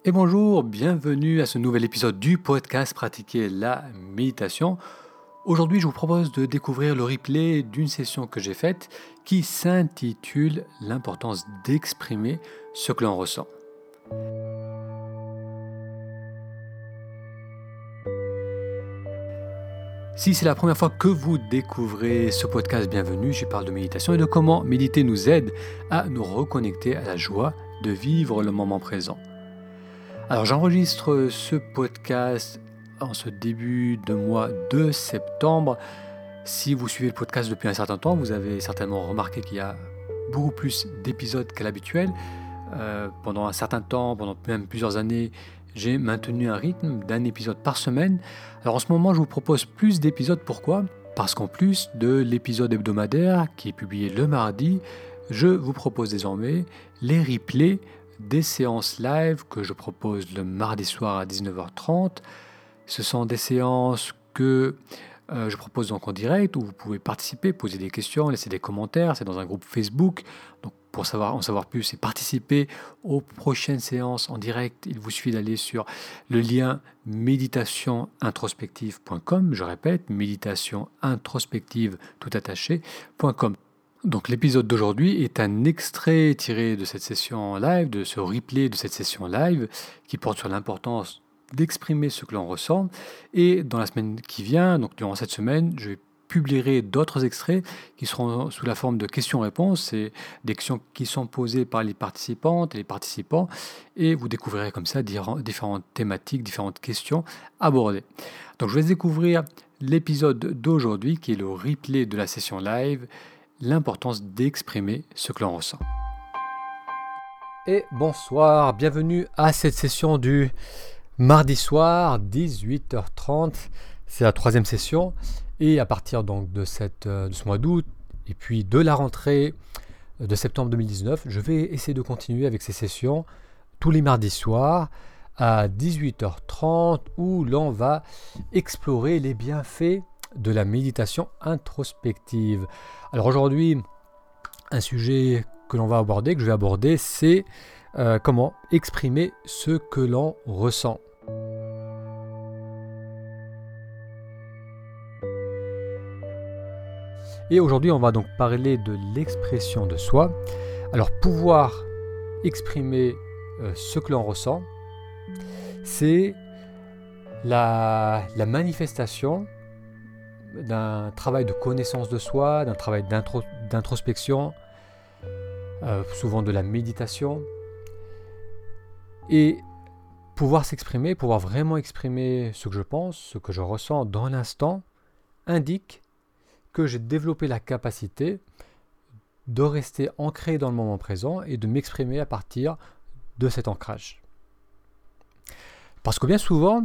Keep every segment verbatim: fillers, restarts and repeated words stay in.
Et bonjour, bienvenue à ce nouvel épisode du podcast Pratiquer la méditation. Aujourd'hui, je vous propose de découvrir le replay d'une session que j'ai faite qui s'intitule « L'importance d'exprimer ce que l'on ressent ». Si c'est la première fois que vous découvrez ce podcast, bienvenue, j'y parle de méditation et de comment méditer nous aide à nous reconnecter à la joie de vivre le moment présent. Alors j'enregistre ce podcast en ce début de mois de septembre. Si vous suivez le podcast depuis un certain temps, vous avez certainement remarqué qu'il y a beaucoup plus d'épisodes qu'à l'habituel. Euh, pendant un certain temps, pendant même plusieurs années, j'ai maintenu un rythme d'un épisode par semaine. Alors en ce moment, je vous propose plus d'épisodes. Pourquoi ? Parce qu'en plus de l'épisode hebdomadaire qui est publié le mardi, je vous propose désormais les replays des séances live que je propose le mardi soir à dix-neuf heures trente. Ce sont des séances que euh, je propose donc en direct où vous pouvez participer, poser des questions, laisser des commentaires. C'est dans un groupe Facebook. Donc pour savoir, en savoir plus et participer aux prochaines séances en direct, il vous suffit d'aller sur le lien méditation introspective point com. Je répète, méditation introspective tout attaché point com. Donc l'épisode d'aujourd'hui est un extrait tiré de cette session live, de ce replay de cette session live qui porte sur l'importance d'exprimer ce que l'on ressent. Et dans la semaine qui vient, donc durant cette semaine, je publierai d'autres extraits qui seront sous la forme de questions-réponses. C'est des questions qui sont posées par les participantes et les participants et vous découvrirez comme ça différentes thématiques, différentes questions abordées. Donc je vais découvrir l'épisode d'aujourd'hui qui est le replay de la session live, l'importance d'exprimer ce que l'on ressent. Et bonsoir, bienvenue à cette session du mardi soir, dix-huit heures trente. C'est la troisième session. Et à partir donc de, cette, de ce mois d'août et puis de la rentrée de septembre deux mille dix-neuf, je vais essayer de continuer avec ces sessions tous les mardis soirs à dix-huit heures trente où l'on va explorer les bienfaits de la méditation introspective. Alors aujourd'hui, un sujet que l'on va aborder, que je vais aborder, c'est euh, comment exprimer ce que l'on ressent. Et aujourd'hui, on va donc parler de l'expression de soi. Alors, pouvoir exprimer euh, ce que l'on ressent, c'est la, la manifestation d'un travail de connaissance de soi, d'un travail d'intro, d'introspection, euh, souvent de la méditation. Et pouvoir s'exprimer, pouvoir vraiment exprimer ce que je pense, ce que je ressens dans l'instant, indique que j'ai développé la capacité de rester ancré dans le moment présent et de m'exprimer à partir de cet ancrage. Parce que bien souvent,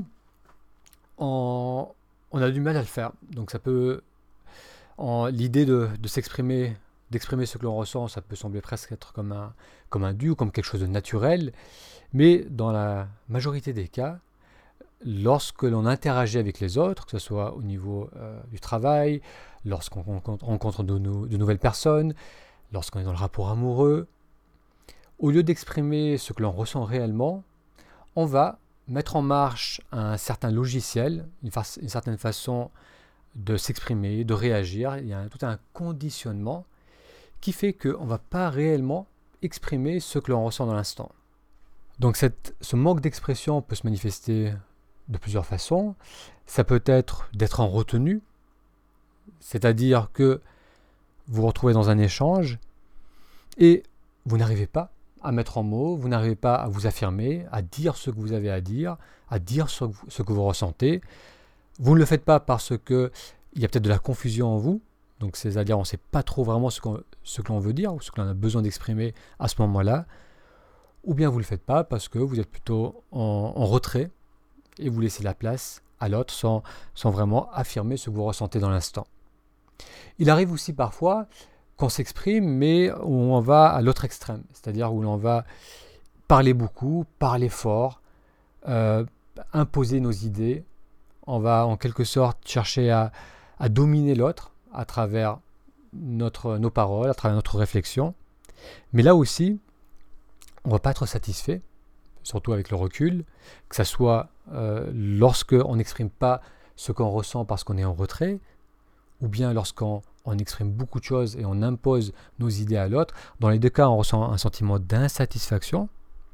on, on a du mal à le faire. Donc ça peut, en, l'idée de, de s'exprimer, d'exprimer ce que l'on ressent, ça peut sembler presque être comme un, comme un dû ou comme quelque chose de naturel. Mais dans la majorité des cas, lorsque l'on interagit avec les autres, que ce soit au niveau euh, du travail, lorsqu'on rencontre de, nou- de nouvelles personnes, lorsqu'on est dans le rapport amoureux, au lieu d'exprimer ce que l'on ressent réellement, on va mettre en marche un certain logiciel, une, fa- une certaine façon de s'exprimer, de réagir. Il y a tout un conditionnement qui fait qu'on ne va pas réellement exprimer ce que l'on ressent dans l'instant. Donc cette, ce manque d'expression peut se manifester de plusieurs façons. Ça peut être d'être en retenue, c'est-à-dire que vous vous retrouvez dans un échange et vous n'arrivez pas à mettre en mots, vous n'arrivez pas à vous affirmer, à dire ce que vous avez à dire, à dire ce que vous, ce que vous ressentez. Vous ne le faites pas parce qu'il y a peut-être de la confusion en vous, donc c'est-à-dire on ne sait pas trop vraiment ce, qu'on, ce que l'on veut dire ou ce que l'on a besoin d'exprimer à ce moment-là, ou bien vous ne le faites pas parce que vous êtes plutôt en, en retrait et vous laissez la place à l'autre sans, sans vraiment affirmer ce que vous ressentez dans l'instant. Il arrive aussi parfois qu'on s'exprime, mais où on va à l'autre extrême, c'est-à-dire où l'on va parler beaucoup, parler fort, euh, imposer nos idées. On va en quelque sorte chercher à, à dominer l'autre à travers notre, nos paroles, à travers notre réflexion. Mais là aussi, on ne va pas être satisfait surtout avec le recul, que ce soit euh, lorsqu'on n'exprime pas ce qu'on ressent parce qu'on est en retrait, ou bien lorsqu'on on exprime beaucoup de choses et on impose nos idées à l'autre. Dans les deux cas, on ressent un sentiment d'insatisfaction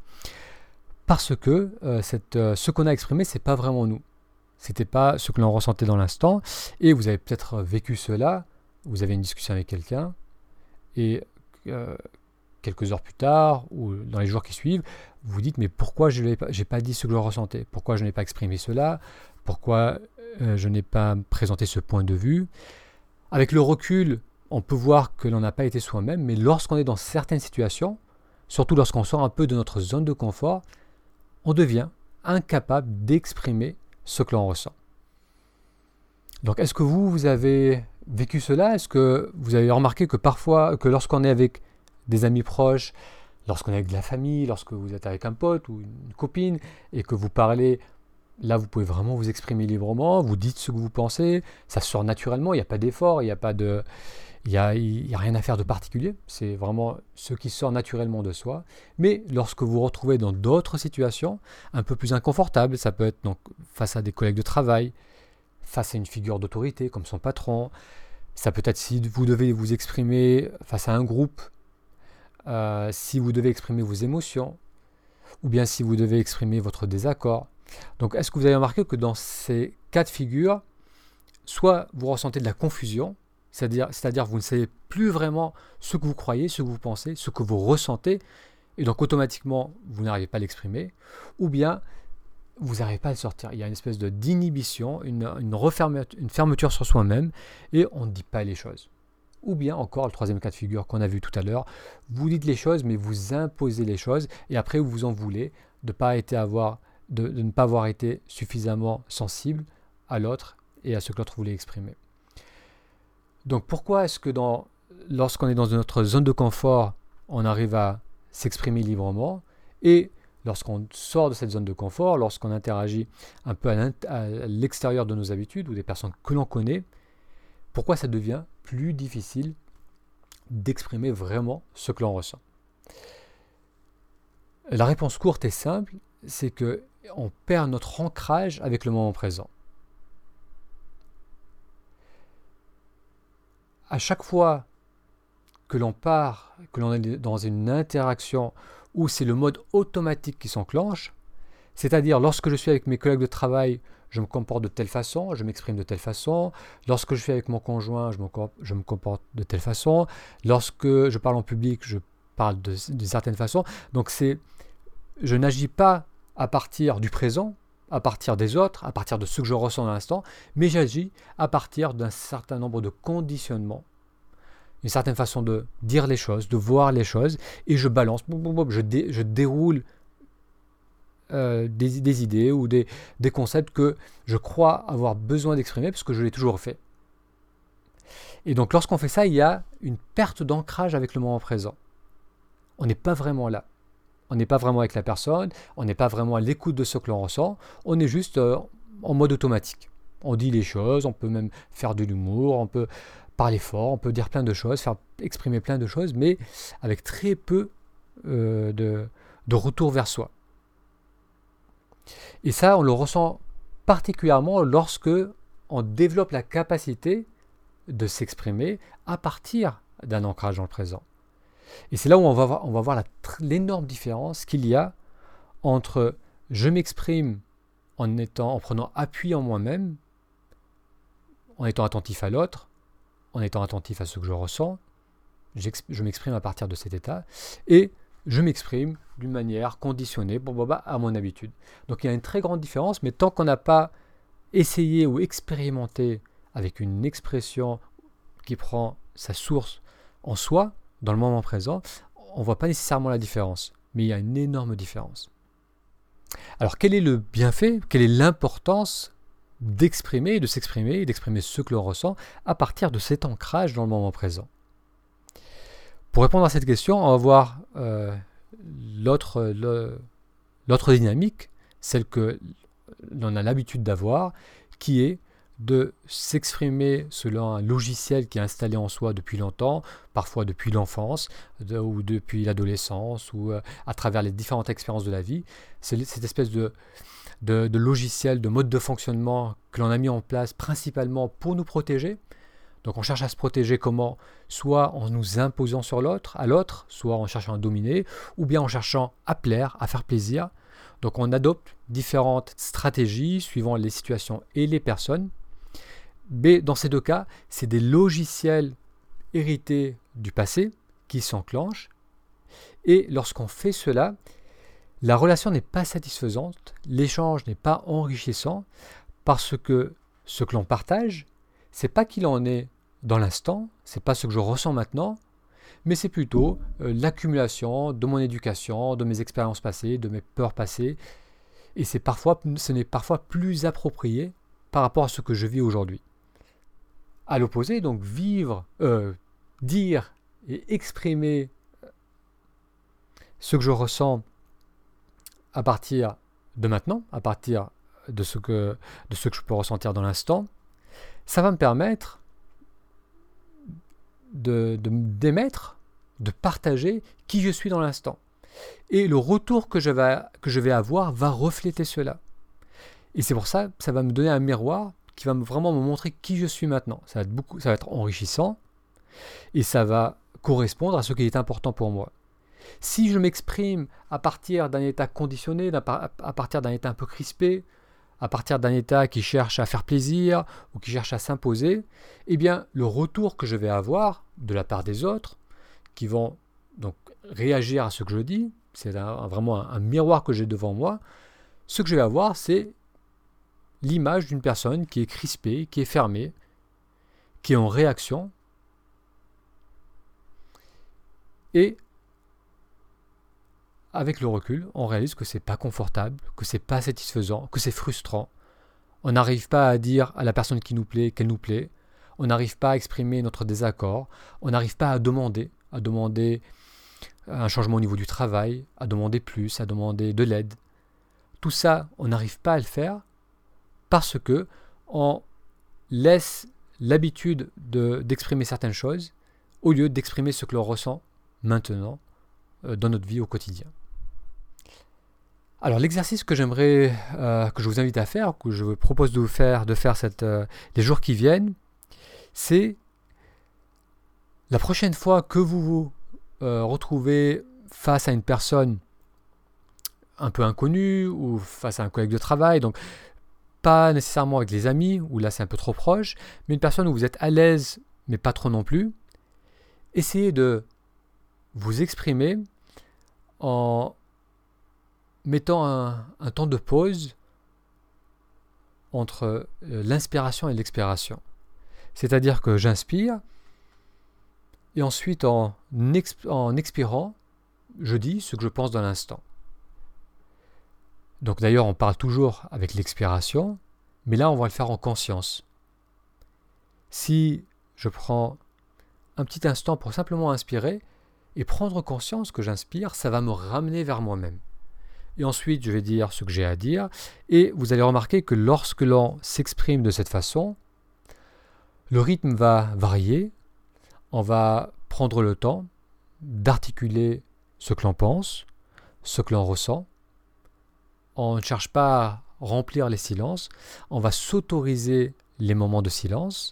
parce que euh, cette, euh, ce qu'on a exprimé, ce n'est pas vraiment nous. Ce n'était pas ce que l'on ressentait dans l'instant. Et vous avez peut-être vécu cela, vous avez une discussion avec quelqu'un, et euh, quelques heures plus tard, ou dans les jours qui suivent, vous vous dites, mais pourquoi je n'ai pas, j'ai pas dit ce que je ressentais? Pourquoi je n'ai pas exprimé cela? Pourquoi euh, je n'ai pas présenté ce point de vue? Avec le recul, on peut voir que l'on n'a pas été soi-même, mais lorsqu'on est dans certaines situations, surtout lorsqu'on sort un peu de notre zone de confort, on devient incapable d'exprimer ce que l'on ressent. Donc, est-ce que vous, vous avez vécu cela? Est-ce que vous avez remarqué que parfois, que lorsqu'on est avec des amis proches, lorsqu'on est avec de la famille, lorsque vous êtes avec un pote ou une copine et que vous parlez, là, vous pouvez vraiment vous exprimer librement, vous dites ce que vous pensez, ça sort naturellement, il n'y a pas d'effort, il n'y a pas de, il y a, il y a rien à faire de particulier, c'est vraiment ce qui sort naturellement de soi. Mais lorsque vous vous retrouvez dans d'autres situations un peu plus inconfortables, ça peut être donc face à des collègues de travail, face à une figure d'autorité comme son patron, ça peut être si vous devez vous exprimer face à un groupe, euh, si vous devez exprimer vos émotions, ou bien si vous devez exprimer votre désaccord. Donc, est-ce que vous avez remarqué que dans ces cas de figure, soit vous ressentez de la confusion, c'est-à-dire, c'est-à-dire vous ne savez plus vraiment ce que vous croyez, ce que vous pensez, ce que vous ressentez, et donc automatiquement, vous n'arrivez pas à l'exprimer, ou bien vous n'arrivez pas à le sortir. Il y a une espèce de d'inhibition, une, une, refermeture, une fermeture sur soi-même, et on ne dit pas les choses. Ou bien encore, le troisième cas de figure qu'on a vu tout à l'heure, vous dites les choses, mais vous imposez les choses, et après vous vous en voulez de, pas été avoir, de, de ne pas avoir été suffisamment sensible à l'autre et à ce que l'autre voulait exprimer. Donc pourquoi est-ce que dans, lorsqu'on est dans notre zone de confort, on arrive à s'exprimer librement, et lorsqu'on sort de cette zone de confort, lorsqu'on interagit un peu à, à l'extérieur de nos habitudes ou des personnes que l'on connaît, pourquoi ça devient plus difficile d'exprimer vraiment ce que l'on ressent? La réponse courte et simple, c'est qu'on perd notre ancrage avec le moment présent. À chaque fois que l'on part, que l'on est dans une interaction où c'est le mode automatique qui s'enclenche, c'est-à-dire lorsque je suis avec mes collègues de travail, je me comporte de telle façon, je m'exprime de telle façon, lorsque je suis avec mon conjoint, je me, je me comporte de telle façon, lorsque je parle en public, je parle de, de certaines façons. Donc c'est, je n'agis pas à partir du présent, à partir des autres, à partir de ce que je ressens dans l'instant, mais j'agis à partir d'un certain nombre de conditionnements, une certaine façon de dire les choses, de voir les choses, et je balance, je, dé, je déroule euh, des, des idées ou des, des concepts que je crois avoir besoin d'exprimer parce que je l'ai toujours fait. Et donc lorsqu'on fait ça, il y a une perte d'ancrage avec le moment présent. On n'est pas vraiment là. On n'est pas vraiment avec la personne, on n'est pas vraiment à l'écoute de ce que l'on ressent, on est juste euh, en mode automatique. On dit les choses, on peut même faire de l'humour, on peut parler fort, on peut dire plein de choses, faire exprimer plein de choses, mais avec très peu euh, de, de retour vers soi. Et ça, on le ressent particulièrement lorsque on développe la capacité de s'exprimer à partir d'un ancrage dans le présent. Et c'est là où on va voir, on va voir la, l'énorme différence qu'il y a entre je m'exprime en, étant, en prenant appui en moi-même, en étant attentif à l'autre, en étant attentif à ce que je ressens, je m'exprime à partir de cet état, et je m'exprime d'une manière conditionnée à mon habitude. Donc il y a une très grande différence, mais tant qu'on n'a pas essayé ou expérimenté avec une expression qui prend sa source en soi, dans le moment présent, on ne voit pas nécessairement la différence, mais il y a une énorme différence. Alors quel est le bienfait, quelle est l'importance d'exprimer, de s'exprimer, d'exprimer ce que l'on ressent à partir de cet ancrage dans le moment présent? Pour répondre à cette question, on va voir euh, l'autre, le, l'autre dynamique, celle que l'on a l'habitude d'avoir, qui est de s'exprimer selon un logiciel qui est installé en soi depuis longtemps, parfois depuis l'enfance de, ou depuis l'adolescence ou euh, à travers les différentes expériences de la vie. C'est cette espèce de, de, de logiciel, de mode de fonctionnement que l'on a mis en place principalement pour nous protéger. Donc on cherche à se protéger comment? Soit en nous imposant sur l'autre, à l'autre, soit en cherchant à dominer, ou bien en cherchant à plaire, à faire plaisir. Donc on adopte différentes stratégies suivant les situations et les personnes. Mais dans ces deux cas, c'est des logiciels hérités du passé qui s'enclenchent. Et lorsqu'on fait cela, la relation n'est pas satisfaisante, l'échange n'est pas enrichissant, parce que ce que l'on partage, c'est pas qu'il en est dans l'instant, c'est pas ce que je ressens maintenant, mais c'est plutôt euh, l'accumulation de mon éducation, de mes expériences passées, de mes peurs passées, et c'est parfois, ce n'est parfois plus approprié par rapport à ce que je vis aujourd'hui. À l'opposé, donc vivre, euh, dire et exprimer ce que je ressens à partir de maintenant, à partir de ce que, de ce que je peux ressentir dans l'instant, ça va me permettre de, de d'émettre, de partager qui je suis dans l'instant. Et le retour que je vais, que je vais avoir va refléter cela. Et c'est pour ça que ça va me donner un miroir qui va vraiment me montrer qui je suis maintenant. Ça va être, beaucoup, ça va être enrichissant et ça va correspondre à ce qui est important pour moi. Si je m'exprime à partir d'un état conditionné, à partir d'un état un peu crispé, à partir d'un état qui cherche à faire plaisir ou qui cherche à s'imposer, eh bien, le retour que je vais avoir de la part des autres, qui vont donc réagir à ce que je dis, c'est un, vraiment un, un miroir que j'ai devant moi, ce que je vais avoir, c'est l'image d'une personne qui est crispée, qui est fermée, qui est en réaction, et avec le recul, on réalise que c'est pas confortable, que c'est pas satisfaisant, que c'est frustrant. On n'arrive pas à dire à la personne qui nous plaît qu'elle nous plaît. On n'arrive pas à exprimer notre désaccord. On n'arrive pas à demander, à demander un changement au niveau du travail, à demander plus, à demander de l'aide. Tout ça, on n'arrive pas à le faire parce que on laisse l'habitude de, d'exprimer certaines choses au lieu d'exprimer ce que l'on ressent maintenant euh, dans notre vie au quotidien. Alors l'exercice que j'aimerais, euh, que je vous invite à faire, que je vous propose de vous faire, de faire cette, euh, les jours qui viennent, c'est la prochaine fois que vous vous euh, retrouvez face à une personne un peu inconnue ou face à un collègue de travail, donc pas nécessairement avec les amis, où là c'est un peu trop proche, mais une personne où vous êtes à l'aise, mais pas trop non plus, essayez de vous exprimer en mettant un, un temps de pause entre euh, l'inspiration et l'expiration. C'est-à-dire que j'inspire et ensuite en, exp- en expirant, je dis ce que je pense dans l'instant. Donc d'ailleurs on parle toujours avec l'expiration, mais là on va le faire en conscience. Si je prends un petit instant pour simplement inspirer et prendre conscience que j'inspire, ça va me ramener vers moi-même. Et ensuite, je vais dire ce que j'ai à dire. Et vous allez remarquer que lorsque l'on s'exprime de cette façon, le rythme va varier. On va prendre le temps d'articuler ce que l'on pense, ce que l'on ressent. On ne cherche pas à remplir les silences. On va s'autoriser les moments de silence.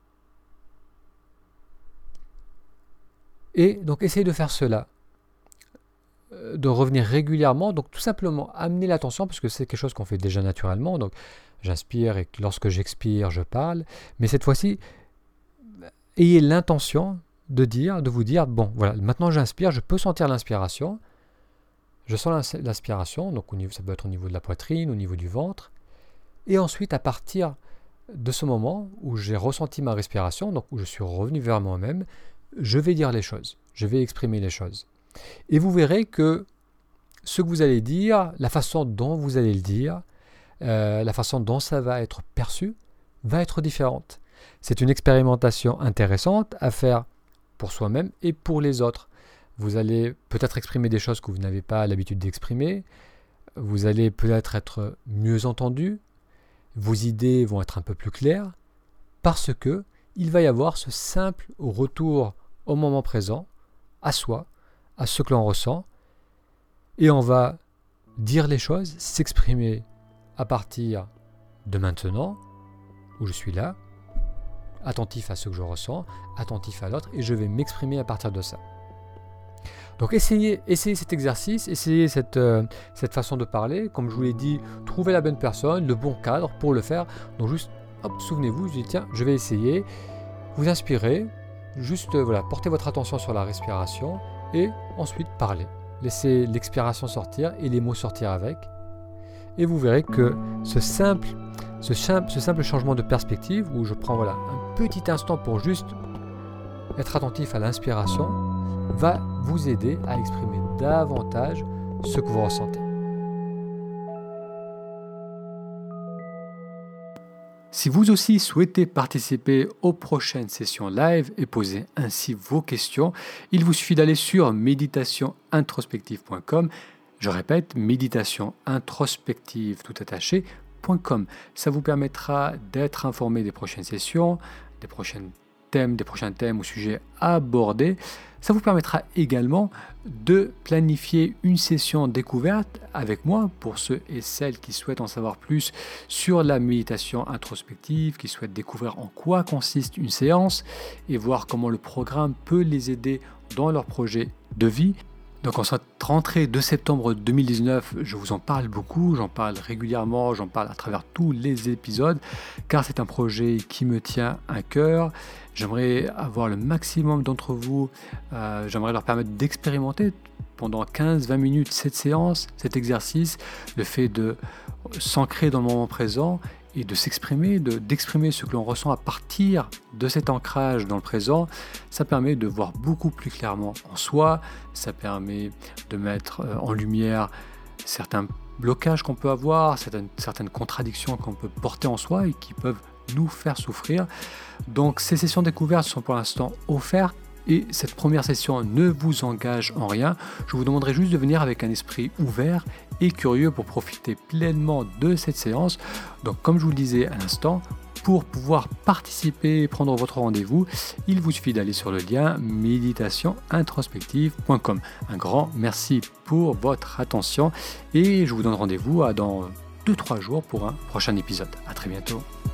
Et donc, essayez de faire cela. De revenir régulièrement, donc tout simplement amener l'attention, parce que c'est quelque chose qu'on fait déjà naturellement, donc j'inspire et lorsque j'expire, je parle, mais cette fois-ci, ayez l'intention de dire, de vous dire, bon, voilà, maintenant j'inspire, je peux sentir l'inspiration, je sens l'inspiration, donc au niveau, ça peut être au niveau de la poitrine, au niveau du ventre, et ensuite à partir de ce moment où j'ai ressenti ma respiration, donc où je suis revenu vers moi-même, je vais dire les choses, je vais exprimer les choses. Et vous verrez que ce que vous allez dire, la façon dont vous allez le dire, euh, la façon dont ça va être perçu, va être différente. C'est une expérimentation intéressante à faire pour soi-même et pour les autres. Vous allez peut-être exprimer des choses que vous n'avez pas l'habitude d'exprimer. Vous allez peut-être être mieux entendu. vos idées vont être un peu plus claires parce que il va y avoir ce simple retour au moment présent, à soi, à ce que l'on ressent, et on va dire les choses, s'exprimer à partir de maintenant, où je suis là, attentif à ce que je ressens, attentif à l'autre, et je vais m'exprimer à partir de ça. Donc essayez, essayez cet exercice, essayez cette, euh, cette façon de parler. Comme je vous l'ai dit, trouvez la bonne personne, le bon cadre pour le faire. Donc juste, hop, souvenez-vous, je dis tiens, je vais essayer. Vous inspirez, juste euh, voilà, portez votre attention sur la respiration et ensuite parlez. Laissez l'expiration sortir et les mots sortir avec. Et vous verrez que ce simple, ce, simple, ce simple changement de perspective, où je prends voilà, un petit instant pour juste être attentif à l'inspiration, va vous aider à exprimer davantage ce que vous ressentez. Si vous aussi souhaitez participer aux prochaines sessions live et poser ainsi vos questions, il vous suffit d'aller sur méditation introspective point com. Je répète, méditation introspective tout attaché point com. Ça vous permettra d'être informé des prochaines sessions, des prochaines thèmes, des prochains thèmes ou sujets abordés. Ça vous permettra également de planifier une session découverte avec moi pour ceux et celles qui souhaitent en savoir plus sur la méditation introspective, qui souhaitent découvrir en quoi consiste une séance et voir comment le programme peut les aider dans leur projet de vie. Donc en cette rentrée de septembre deux mille dix-neuf, je vous en parle beaucoup, j'en parle régulièrement, j'en parle à travers tous les épisodes, car c'est un projet qui me tient à cœur. J'aimerais avoir le maximum d'entre vous, euh, j'aimerais leur permettre d'expérimenter pendant quinze à vingt minutes cette séance, cet exercice, le fait de s'ancrer dans le moment présent et de s'exprimer, de, d'exprimer ce que l'on ressent à partir de cet ancrage dans le présent. Ça permet de voir beaucoup plus clairement en soi, ça permet de mettre en lumière certains blocages qu'on peut avoir, certaines, certaines contradictions qu'on peut porter en soi et qui peuvent nous faire souffrir. Donc ces sessions découvertes sont pour l'instant offertes et cette première session ne vous engage en rien. Je vous demanderai juste de venir avec un esprit ouvert et curieux pour profiter pleinement de cette séance. Donc comme je vous le disais à l'instant, pour pouvoir participer et prendre votre rendez-vous, il vous suffit d'aller sur le lien méditation introspective point com. Un grand merci pour votre attention et je vous donne rendez-vous dans deux à trois jours pour un prochain épisode. À très bientôt.